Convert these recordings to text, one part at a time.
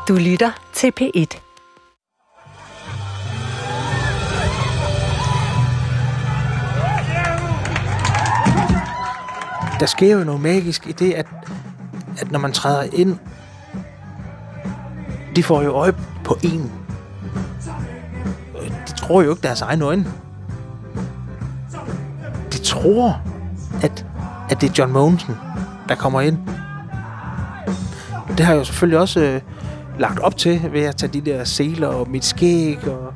Du lytter til P1. Der sker jo noget magisk i det, at når man træder ind, de får jo øje på en. De tror jo ikke deres egne øjne. De tror, at det er John Mogensen, der kommer ind. Det har jeg jo selvfølgelig også lagt op til ved at tage de der seler og mit skæg. Og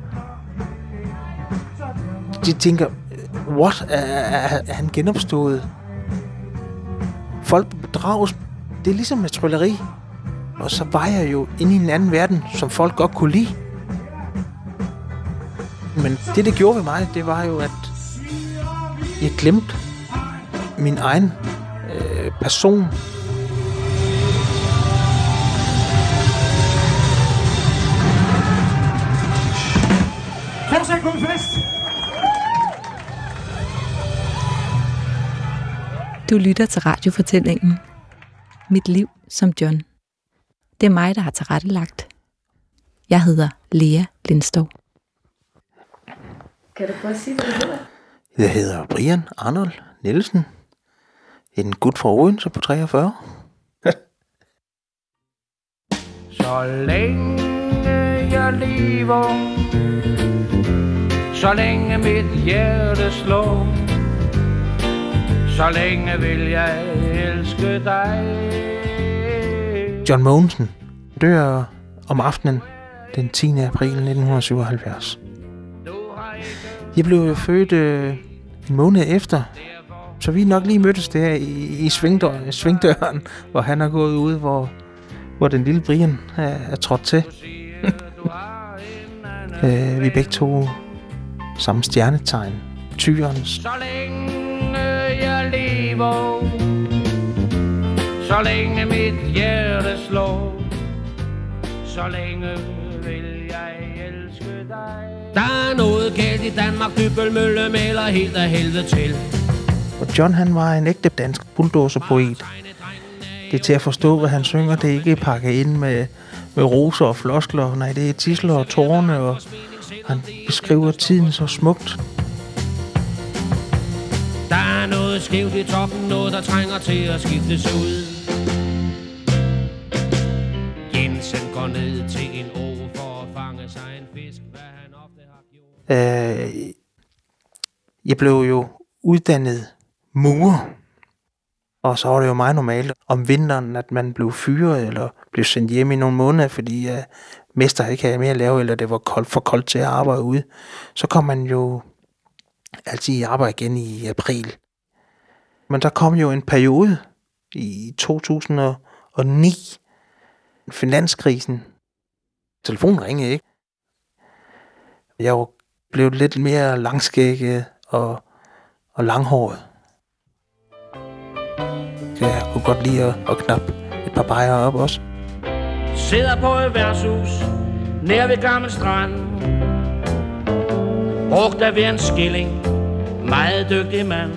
de tænker, what? Er han genopstået? Folk bedrages. Det er ligesom med trylleri. Og så var jeg jo inde i en anden verden, som folk godt kunne lide. Men det gjorde ved mig, det var jo, at jeg glemte min egen person. Fortsæt god fest! Du lytter til radiofortællingen Mit liv som John. Det er mig, der har tilrettelagt. Jeg hedder Lea Lindskov. Kan du prøve at sige, hvad du hedder? Jeg hedder Brian Arnold Nielsen. En gut fra Odense på 43. Så længe jeg lever, så længe mit hjerte slår, så længe vil jeg elske dig. John Mogensen dør om aftenen den 10. april 1977. Jeg blev jo født en måned efter, så vi nok lige mødtes der i svingdøren, hvor han er gået ud, hvor den lille Brian er trådt til. Vi begge to samme stjernetegn, Tyrens. Så længe jeg lever, så længe mit hjerte slår, så længe vil jeg elske dig. Der er noget galt i Danmark, Dybbølmølle maler helt af helvede til. Og John, han var en ægte dansk bulldozer-poet. Det er til at forstå, hvad han synger. Det er ikke pakket ind med roser og floskler. Nej, det er tidsler og tårne, og han beskriver tiden så smukt. Der er noget skævt i toppen, noget der trænger til at skiftes ud. Jensen går ned til en å for at fange sig en fisk, hvad han ofte har gjort. Jeg blev jo uddannet murer, og så var det jo meget normalt om vinteren, at man blev fyret eller blev sendt hjem i nogle måneder, fordi mester ikke havde mere at lave, eller det var for koldt til at arbejde ude. Så kom man jo altid i arbejde igen i april. Men der kom jo en periode i 2009, finanskrisen. Telefonen ringede ikke. Jeg var blevet lidt mere langskægget og langhåret. Jeg kunne godt lide at knappe et par bajer op også. Sidder på et værtshus nær ved Gammel Strand. Brugt af hver en skilling, meget dygtig mand.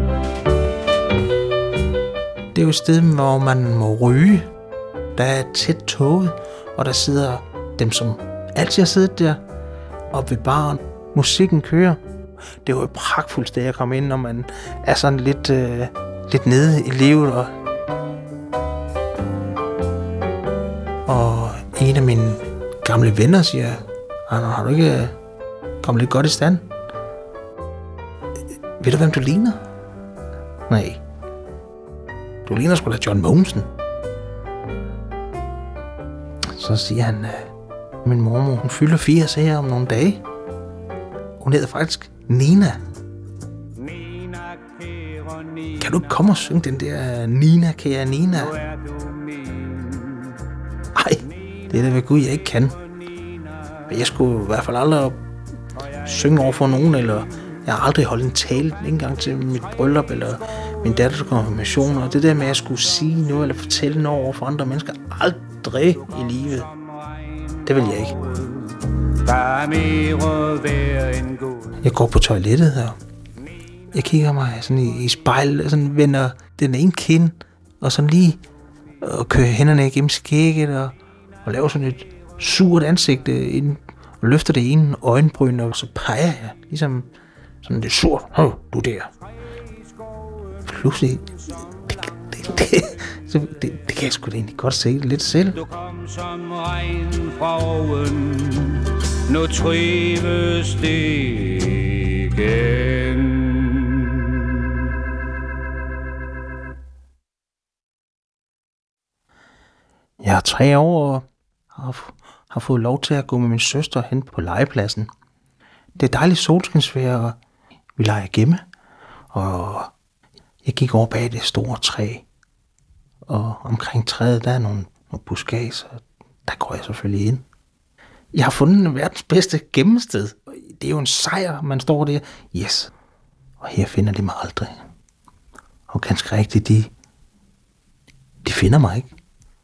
Det er jo et sted, hvor man må ryge. Der er tæt tåget, og der sidder dem, som altid har siddet der, oppe ved baren. Musikken kører. Det er jo et pragtfuldt sted at komme ind, når man er sådan lidt nede i livet. Og en af mine gamle venner siger, har du ikke kommet lidt godt i stand? Ved du, hvem du ligner? Nej. Du ligner sgu da John Mogensen. Så siger han, min mormor, hun fylder 80 her om nogle dage. Hun hedder faktisk Nina. Kan du ikke komme og synge den der Nina, kære Nina? Ej, det er da ved Gud, jeg ikke kan. Men jeg skulle i hvert fald aldrig synge over for nogen, eller jeg har aldrig holdt en tale, ikke engang til mit bryllup, eller min datters konfirmation. Og det der med, at jeg skulle sige noget, eller fortælle noget over for andre mennesker, aldrig i livet. Det vil jeg ikke. Jeg går på toilettet, og jeg kigger mig sådan i spejlet, og sådan vender den ene kind, og sådan lige og kører hænderne igennem skægget, og laver sådan et surt ansigt ind, og løfter det ene øjenbryn, og så peger jeg, ligesom sådan lidt surt. Du der. Pludselig, det kan jeg sgu da egentlig godt se lidt selv. Du kom som regn fra oven, nu trives det igen. Jeg er 3 år og har fået lov til at gå med min søster hen på legepladsen. Det er dejligt solskinsvejr, og vi leger gemme. Og jeg gik over bag det store træ. Og omkring træet, der er nogle buskads, og der går jeg selvfølgelig ind. Jeg har fundet verdens bedste gemmested. Det er jo en sejr, man står der. Yes. Og her finder de mig aldrig. Og ganske rigtigt, de finder mig ikke.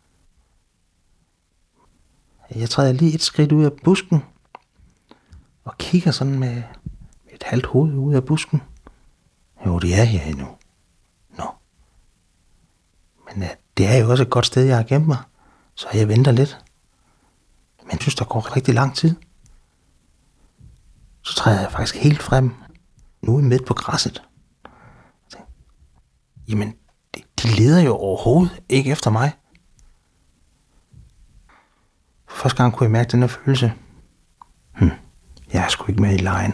Jeg træder lige et skridt ud af busken, og kigger sådan med et halvt hoved ud af busken. Jo, det er her endnu. Nå. Men det er jo også et godt sted, jeg har gemt mig, så jeg venter lidt. Men jeg synes, der går rigtig lang tid. Så træder jeg faktisk helt frem. Nu er jeg midt på græsset. Jamen, de leder jo overhovedet ikke efter mig. Første gang kunne jeg mærke den her følelse. Jeg er sgu ikke med i lejen.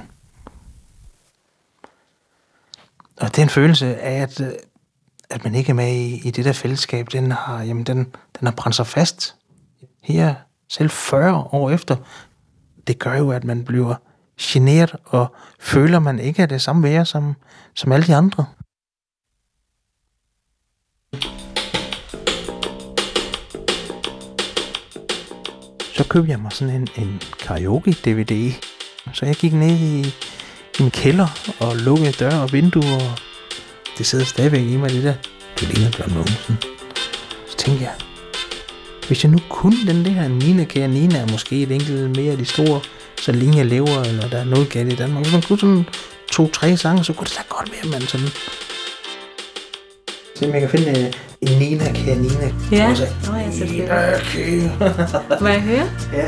Og den følelse af, at man ikke er med i det der fællesskab, den har brændt sig fast. Her, selv 40 år efter, det gør jo, at man bliver generet og føler, man ikke er det samme værd som alle de andre. Så købte jeg mig sådan en karaoke-DVD. Så jeg gik ned i min kælder og lukkede døre og vinduer. Og det sidder stadigvæk i mig, det der. Du ligner John Mogensen. Så tænkte jeg, hvis jeg nu kunne den der Nina, kære Nina, er måske et enkelt mere af de store, så længe jeg lever, eller der er noget galt i Danmark. Hvis man kunne sådan 2-3 sange, så kunne det da godt være, man sådan. Se om jeg kan finde en Nina, kære Nina. Ja, jeg selvfølgelig. Må jeg høre? Ja.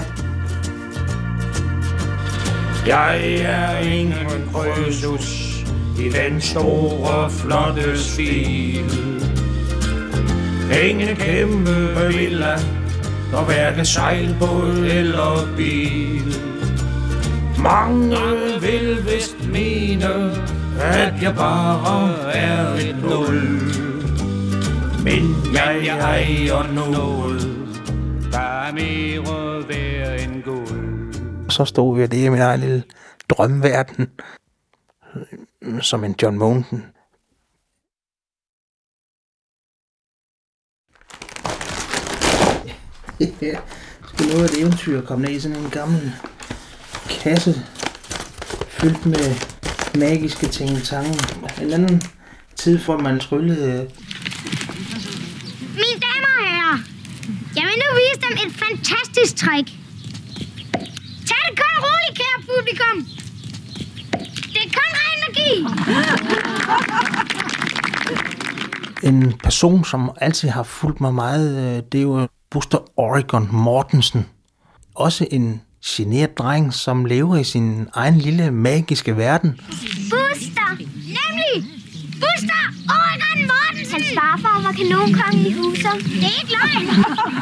Jeg er ingen krøsus i den store, flotte stil. Ingen kæmpe villa, og hverken sejlbåd eller bil. Mange vil vist mene, at jeg bare er et nul. Men jeg ejer noget, der er mere værd end guld. Så stod jeg der i min egen lille drømverden, som en John Mogensen. Skal noget af et eventyr komme ned i sådan en gammel kasse, fyldt med magiske ting-tange. En anden tid, hvor man tryllede. Mine damer og herrer, jeg vil nu vise dem et fantastisk trick. Tag det kun roligt, kære publikum. Det er kun ren magi. En person, som altid har fulgt mig meget, det er jo Buster Oregon Mortensen. Også en genert dreng, som lever i sin egen lille magiske verden. Buster! Nemlig! Buster Oregon Mortensen! Hans farfar var kanonkongen i huset. Det er ikke løgn!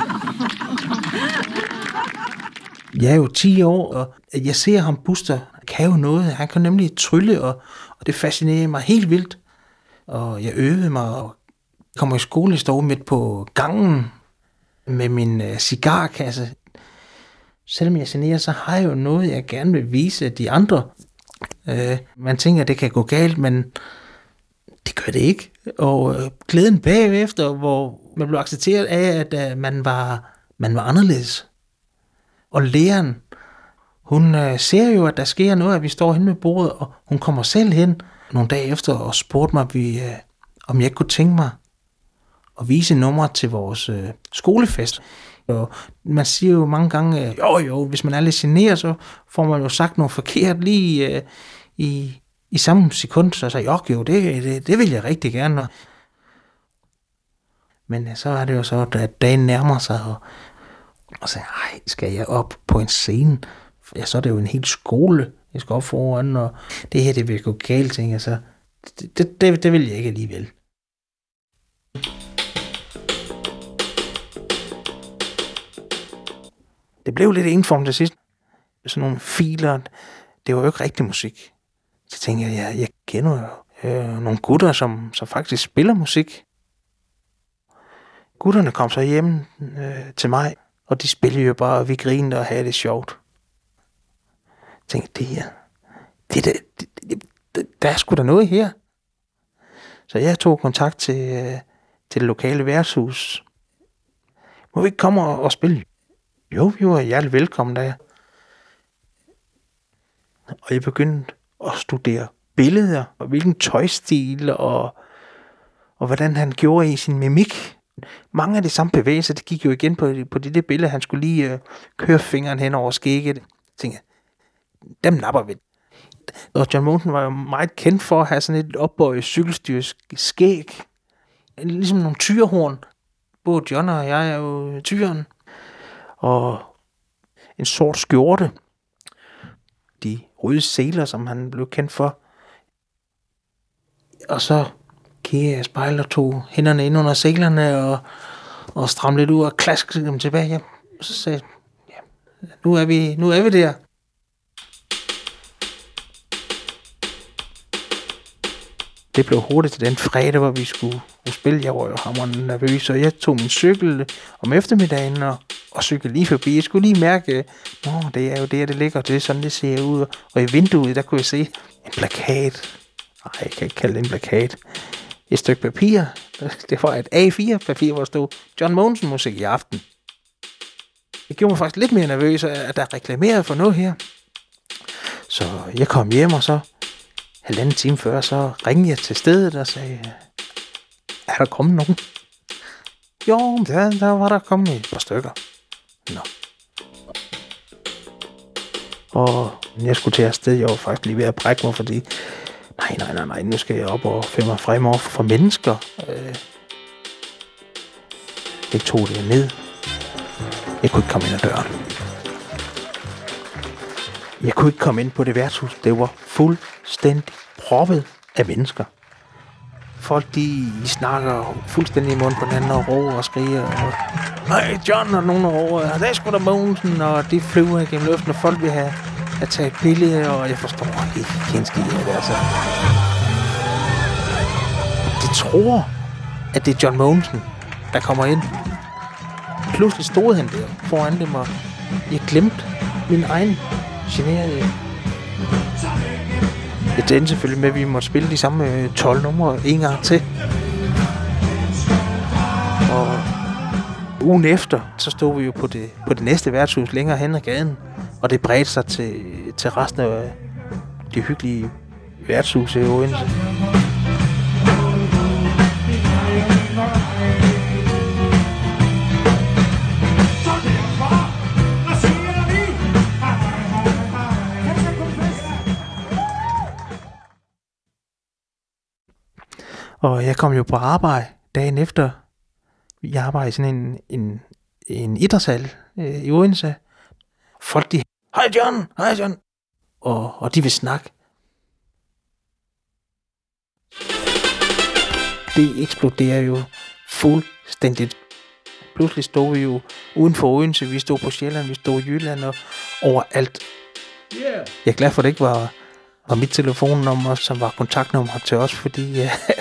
Jeg er jo 10 år, og jeg ser ham, Buster, kan jo noget. Han kan nemlig trylle, og det fascinerer mig helt vildt. Og jeg øvede mig, og kommer i skole, står midt på gangen med min cigarkasse. Selvom jeg generer, så har jeg jo noget, jeg gerne vil vise de andre. Man tænker, at det kan gå galt, men det gør det ikke. Og glæden bagefter, hvor man blev accepteret af, at man var anderledes. Og læreren, hun ser jo, at der sker noget, at vi står hen ved bordet, og hun kommer selv hen nogle dage efter og spurgte mig, om jeg kunne tænke mig at vise numre til vores skolefest. Og man siger jo mange gange, jo, hvis man er lidt generet, så får man jo sagt noget forkert lige i samme sekund. Så jeg sagde, jo, det vil jeg rigtig gerne. Men så er det jo så, at dagen nærmer sig, og Og så skal jeg op på en scene? Ja, så er det jo en hel skole, jeg skal op foran, og det her, det vil gå galt, tænker jeg så. Det vil jeg ikke alligevel. Det blev lidt enform til sidst. Sådan nogle filer, det var jo ikke rigtig musik. Så tænkte jeg kender jo nogle gutter, som faktisk spiller musik. Gutterne kom så hjem til mig, og de spillede jo bare, og vi grinede og havde det sjovt. Jeg tænkte, der er sgu da noget her. Så jeg tog kontakt til det lokale værtshus. Må vi ikke komme og spille? Jo, vi var hjertelig velkommen der. Og jeg begyndte at studere billeder, og hvilken tøjstil, og hvordan han gjorde i sin mimik. Mange af de samme bevægelser, det gik jo igen på det der billede. Han skulle lige køre fingeren hen over skægget. Jeg tænkte, dem napper vi. Og John Mogensen var jo meget kendt for at have sådan et opbøjet cykelstyrs skæg. Ligesom nogle tyrehorn. Både John og jeg er jo tyren. Og en sort skjorte. De røde seler, som han blev kendt for. Og så kiggede jeg i spejlet og tog hænderne ind under selerne og stramte lidt ud og klaskede dem tilbage. Ja. Og så sagde jeg, nu er vi der. Det blev hurtigt til den fredag, hvor vi skulle spille. Jeg var jo hamrende nervøs, så jeg tog min cykel om eftermiddagen og cyklede lige forbi. Jeg skulle lige mærke, det er jo der, det ligger, det er sådan, det ser ud. Og i vinduet, der kunne jeg se en plakat. Nej, jeg kan ikke kalde det en plakat. Et stykke papir. Det var et A4-papir, hvor der stod John Mogensen musik i aften. Det gjorde mig faktisk lidt mere nervøs, at der reklameret for noget her. Så jeg kom hjem, og så 1,5 time før, så ringede jeg til stedet og sagde, er der kommet nogen? Jo, der var der kommet et par stykker. Nå. Og jeg skulle til afsted, jeg var faktisk lige ved at brække mig, fordi nej, nu skal jeg op og finde mig frem over for mennesker. Jeg tog det ned. Jeg kunne ikke komme ind ad døren. Jeg kunne ikke komme ind på det værtshus. Det var fuldstændig proppet af mennesker. Folk, de snakker fuldstændig i munden på den anden og råber og skriger. Nej, John, og nogen råber, der er sgu da Mogensen, og de flyver igennem luften, og folk vil have taget et billede, og jeg forstår ikke en skid af det, altså. De tror, at det er John Mogensen, der kommer ind. Pludselig stod han der foran dem, og jeg glemte min egen generede. Det endte selvfølgelig med, at vi måtte spille de samme 12 numre en gang til. Og ugen efter, så stod vi jo på det næste værtshus længere hen ad gaden. Og det bredte sig til resten af de hyggelige værtshuse i Odense. Og jeg kom jo på arbejde dagen efter. Jeg arbejdede i sådan en idrætshal i Odense. Folk de, hej John. Og de vil snakke. Det eksploderer jo fuldstændigt. Pludselig stod vi jo uden for Odense. Vi stod på Sjælland, vi stod i Jylland og overalt. Yeah. Jeg er glad for, at det ikke var mit telefonnummer, som var kontaktnummer til os, fordi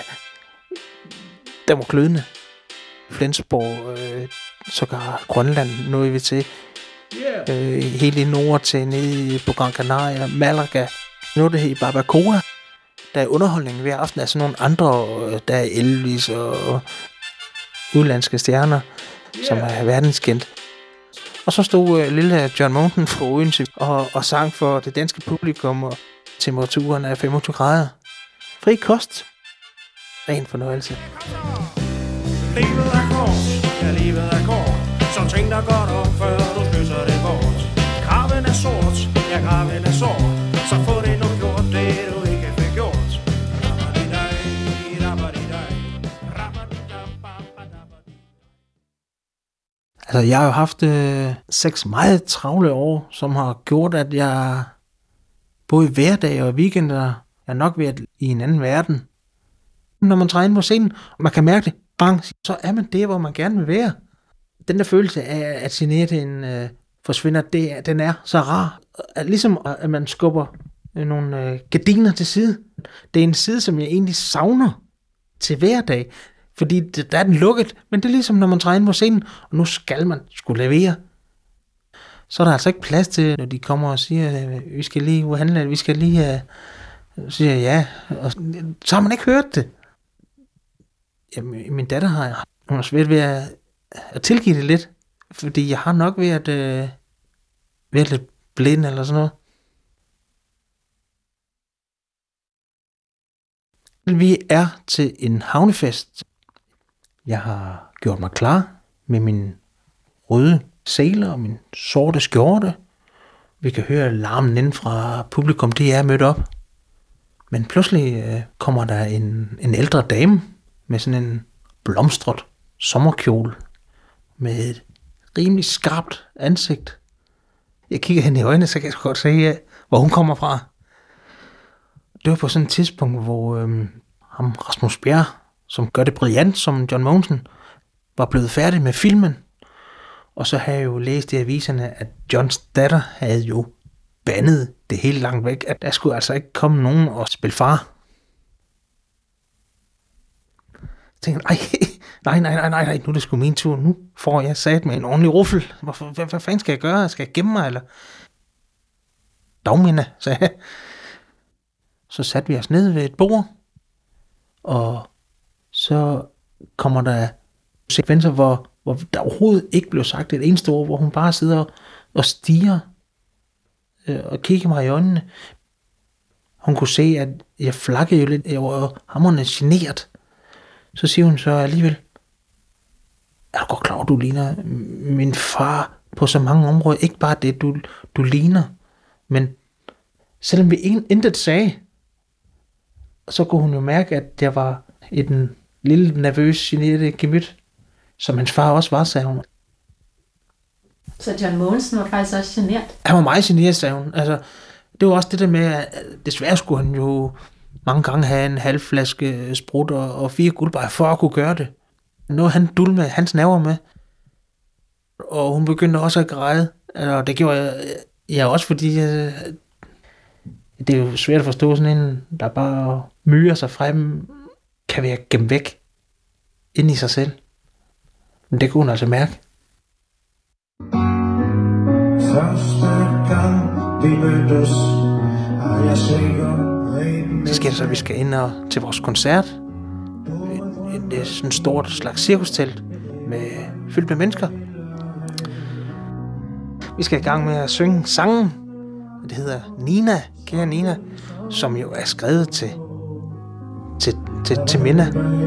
der var glødende. Flensborg, sågar Grønland nåede vi til. Yeah. Helt i nord til nede på Gran Canaria, Malaga. Nu er det i Barbacoa. Der er underholdning hver aften af sådan nogle andre, der er Elvis og udlandske stjerner, som er verdenskendt. Og så stod lille John Mogensen fra Odense og sang for det danske publikum, og temperaturen er 25 grader. Fri kost. Ren fornøjelse. Livet er kort, ja livet er kort. Så tænk dig godt om, før du kysser det bort. Graven er sort, ja graven er sort. Så få det nu gjort, det du ikke fik gjort. Altså, jeg har jo haft 6 meget travle år, som har gjort, at jeg både hverdag og weekender er nok været i en anden verden. Når man træder ind på scenen, og man kan mærke det, bang, så er man der, hvor man gerne vil være. Den der følelse af, at signeringen forsvinder, den er så rar. Ligesom at man skubber nogle gardiner til side. Det er en side, som jeg egentlig savner til hverdag. Fordi der er den lukket, men det er ligesom, når man træder ind på scenen, og nu skal man skulle levere. Så er der altså ikke plads til, når de kommer og siger, vi skal lige uhandle, vi skal lige siger ja. Og så har man ikke hørt det. Jamen, min datter hun har svært ved at tilgive det lidt, fordi jeg har nok været lidt blind eller sådan noget. Vi er til en havnefest. Jeg har gjort mig klar med min røde sæler og min sorte skjorte. Vi kan høre larmen inden fra publikum, det er mødt op. Men pludselig kommer der en ældre dame med sådan en blomstret sommerkjole med et rimelig skarpt ansigt. Jeg kigger hende i øjnene, så kan jeg godt se, hvor hun kommer fra. Det var på sådan et tidspunkt, hvor ham Rasmus Bjerg, som gør det brillant som John Mogensen, var blevet færdig med filmen. Og så havde jeg jo læst i aviserne, at Johns datter havde jo bandet det helt langt væk, at der skulle altså ikke komme nogen og spille far. Jeg tænkte, nej, nu er det sgu min tur. Nu får jeg sat med en ordentlig ruffel. Hvad fanden skal jeg gøre? Skal jeg gemme mig, eller? Dagminde, sagde jeg. Så satte vi os ned ved et bord, og så kommer der sekvenser, hvor der overhovedet ikke blev sagt et eneste ord, hvor hun bare sidder og stiger og kigger mig i øjnene. Hun kunne se, at jeg flakkede jo lidt, jeg var hamrende genert. Så siger hun så alligevel, er du godt klar over, du ligner min far på så mange områder? Ikke bare det, du ligner, men selvom vi intet sagde, så kunne hun jo mærke, at jeg var en lille nervøs, generet gemyt, som hans far også var, sagde hun. Så John Mogensen var faktisk også genert? Han var meget generet, sagde hun. Altså, det var også det der med, at desværre skulle han jo mange gange have en halv flaske sprut og 4 guldbajer for at kunne gøre det. Nu han dul med hans nerver med. Og hun begyndte også at græde. Og det gjorde jeg også, fordi det er jo svært at forstå sådan en, der bare myrer sig frem, kan være gemt væk ind i sig selv. Men det kunne hun altså mærke. Første gang vi mødtes, har jeg sikkert. Så sker det så, at vi skal ind til vores koncert. Det er sådan et stort slags cirkustelt fyldt med mennesker. Vi skal i gang med at synge sangen. Det hedder Nina, kære Nina, som jo er skrevet til Minna.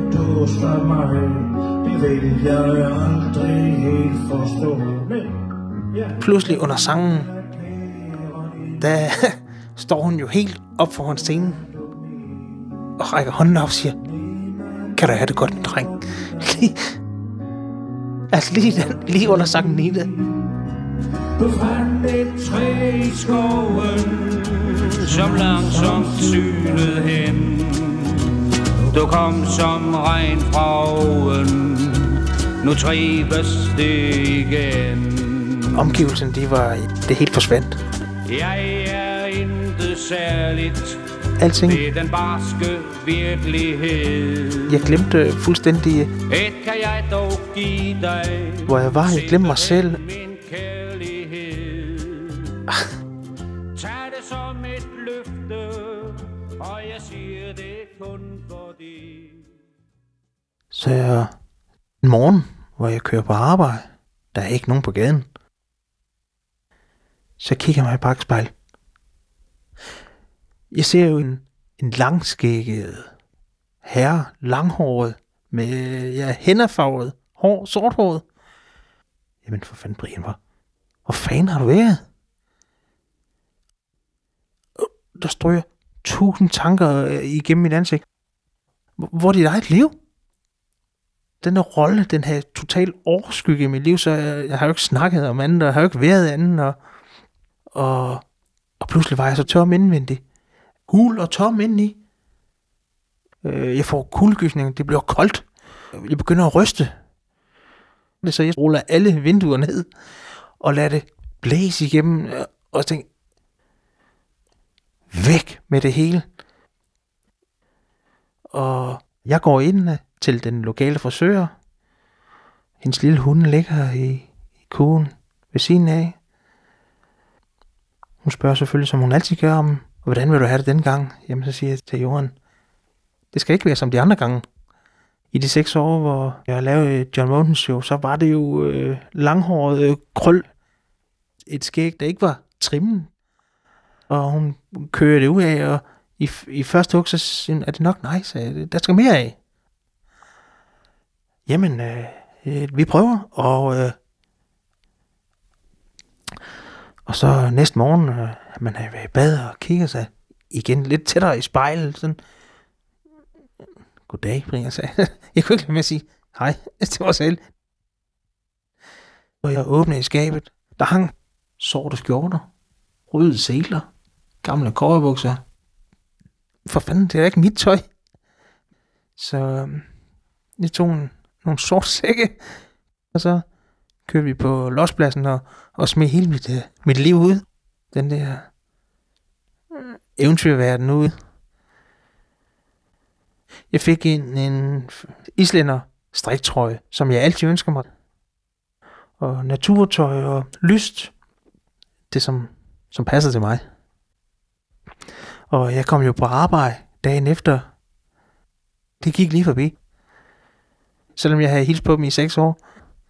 Pludselig under sangen, der står hun jo helt op foran scenen og rækker hånden op og siger, kan du have det godt, min dreng? lige under sangen Nina. Du fandt et træ i skoven, som langsomt synede hen. Du kom som regn fra oven, nu trives det igen. Omgivelsen, det helt forsvandt. Jeg er intet særligt Alting. ved den barske virkelighed. Jeg glemte fuldstændig, Et kan jeg dog give dig, hvor jeg var. Jeg glemte mig selv. min kærlighed. Tag det som et løfte, og jeg siger det kun fordi. Så en morgen, hvor jeg kører på arbejde, der er ikke nogen på gaden. Så kigger jeg mig i bakspejl. Jeg ser jo en langskægget herre, langhåret, med hænderfarvet hår, sorthåret. Jamen for fanden, Brian, hvor fanden har du været? Der stryger 1000 tanker igennem mit ansigt. Hvor er dit eget liv? denne rolle, den her total overskygge i mit liv, så jeg har jo ikke snakket om andet, og jeg har jo ikke været andet, og pludselig var jeg så tør indvendig. Hul og tom indeni. Jeg får kuldegysning, det bliver koldt. Jeg begynder at ryste. Så jeg ruller alle vinduer ned, og lader det blæse igennem, og tænker, væk med det hele. Og jeg går ind til den lokale frisør. Hendes lille hund ligger i kurven ved siden af. Hun spørger selvfølgelig, som hun altid gør, om hvordan vil du have det denne gang? Jamen, så siger jeg til Johan, det skal ikke være som de andre gange. I de 6 år, hvor jeg lavede John Mogensen show, så var det jo langhåret krøl. Et skæg, der ikke var trimmet. Og hun kører det ud af, og i første hug, så siger hun, er det nok nice? Der skal mere af. Jamen, vi prøver, og så næste morgen, man har været i bad og kigger sig igen lidt tættere i spejlet, sådan, goddag, Brian, sagde. Jeg kunne ikke lade med at sige, hej, det var selv. Og jeg åbnede i skabet, der hang sorte skjorter, røde seler, gamle kobberbukser. For fanden, det er ikke mit tøj. Så jeg tog nogle sorte sække, og så kørte vi på lospladsen og smed hele mit liv ud. Den der eventyrverden ud. Jeg fik en islænder striktrøje, som jeg altid ønsker mig. Og naturtøj og lyst. Det som passer til mig. Og jeg kom jo på arbejde dagen efter. Det gik lige forbi. Selvom jeg havde hilst på dem i 6 år.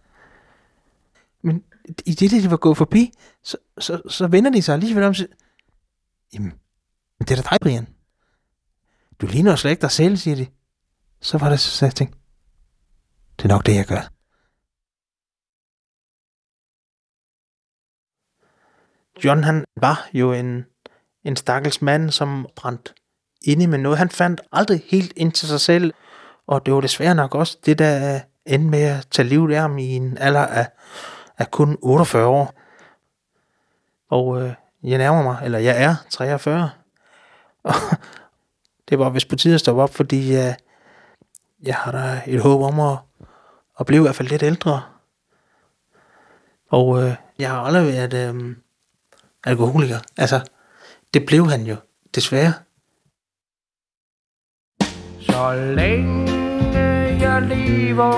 Men i det var gået forbi, så vender de sig alligevel om sig. Jamen, det er da dig, Brian. Du ligner jo slet ikke dig selv, siger de. Så var det så jeg tænkte, det er nok det, jeg gør. John, han var jo en stakkels mand, som brændte inde med noget. Han fandt aldrig helt ind til sig selv, og det var desværre nok også det, der endte med at tage livet af ham i en alder af kun 48 år. Og jeg er 43. Og det var vist på tide at stoppe op, fordi jeg har da et håb om at blive i hvert fald lidt ældre. Og jeg har aldrig været alkoholiker. Altså, det blev han jo, desværre. Så længe jeg lever,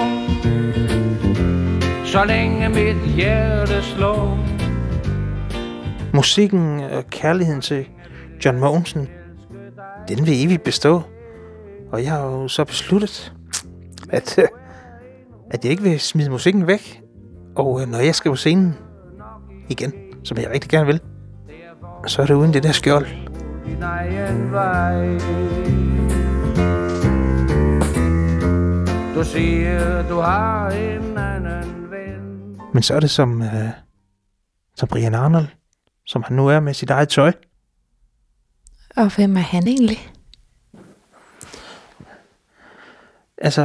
så længe mit hjerte slår. Musikken og kærligheden til John Mogensen, den vil evigt bestå. Og jeg har jo så besluttet, at jeg ikke vil smide musikken væk. Og når jeg skal på scenen igen, som jeg rigtig gerne vil, så er det uden det der skjold. Du siger, du har en anden ven. Men så er det som Brian Arnold, som han nu er med sit eget tøj. Og hvem er han egentlig? Altså,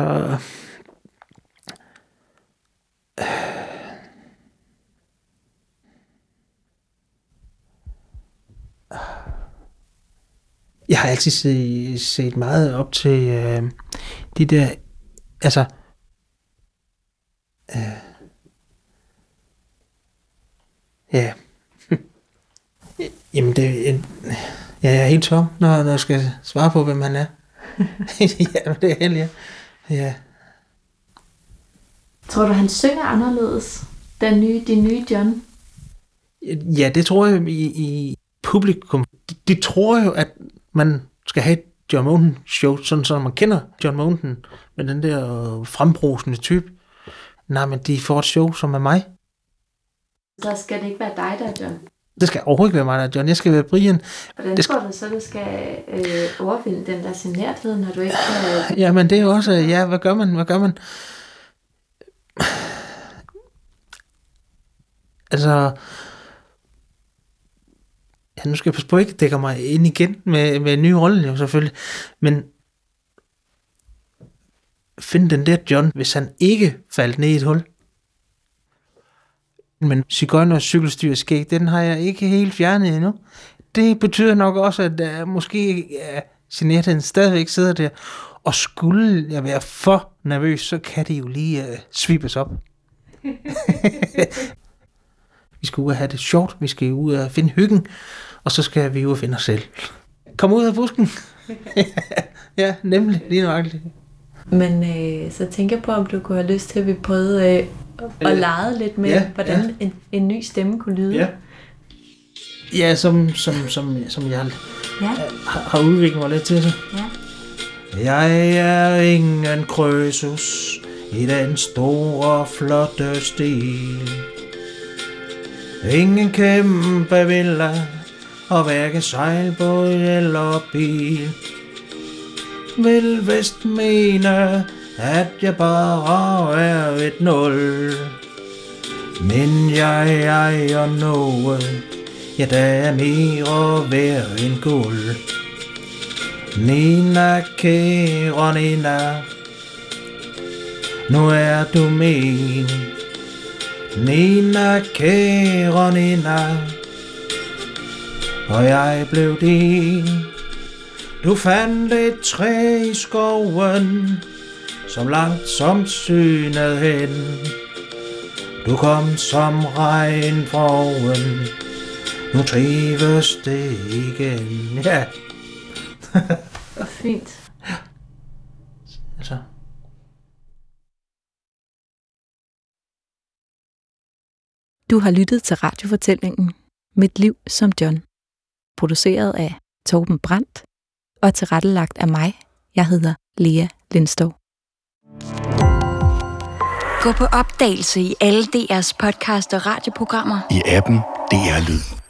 jeg har altid set meget op til de der, altså, ja, jamen jeg er helt tom, når jeg skal svare på, hvem han er. Ja, det er heldigt, ja. Tror du, han synger anderledes, de nye John? Ja, det tror jeg i publikum. De tror jo, at man skal have et John Mogensen show, sådan så man kender John Mogensen med den der frembrusende type. Nej, men de får et show, som er mig. Så skal det ikke være dig, der er John? Det skal overhovedet ikke være mig, der er John. Jeg skal være Brian. Hvordan tror du så, du skal overvinde den der generthed, når du ikke kan... Jamen, det er jo også... Ja, hvad gør man? Altså... Ja, nu skal jeg passe på, ikke dækker mig ind igen med en ny rolle, jo selvfølgelig. Men finde den der John, hvis han ikke faldt ned i et hul. Men Sigøjner cykelstyrskæg, den har jeg ikke helt fjernet endnu. Det betyder nok også, at måske genertheden stadigvæk sidder der. Og skulle jeg være for nervøs, så kan det jo lige svipes op. Vi skal ud og have det sjovt. Vi skal ud og finde hyggen. Og så skal vi ud og finde os selv. Kom ud af busken. Ja, nemlig. Lige nøjagtigt. Men så tænker jeg på, om du kunne have lyst til, at vi prøvede at lege lidt med, hvordan en ny stemme kunne lyde. Ja. Ja, som jeg har udviklet mig lidt til det. Ja. Jeg er ingen krøsus i den store, flotte stil. Ingen kæmpe villa og hverken sejlbåd eller bil. Vil vist mene, at jeg bare er et nul. Men jeg ejer noget, ja, der er mere værd end guld. Nina, kære Nina, nu er du min. Nina, kære Nina, og jeg blev din. Du fandt et træ i skoven, som langt som synet hen. Du kom som regn fra oven, nu trives det igen. Ja. Fint. Altså. Du har lyttet til radiofortællingen Mit liv som John, produceret af Torben Brandt og tilrettelagt af mig. Jeg hedder Lea Lindstow. Gå på opdagelse i alle DR's podcast og radioprogrammer. I appen DR Lyd.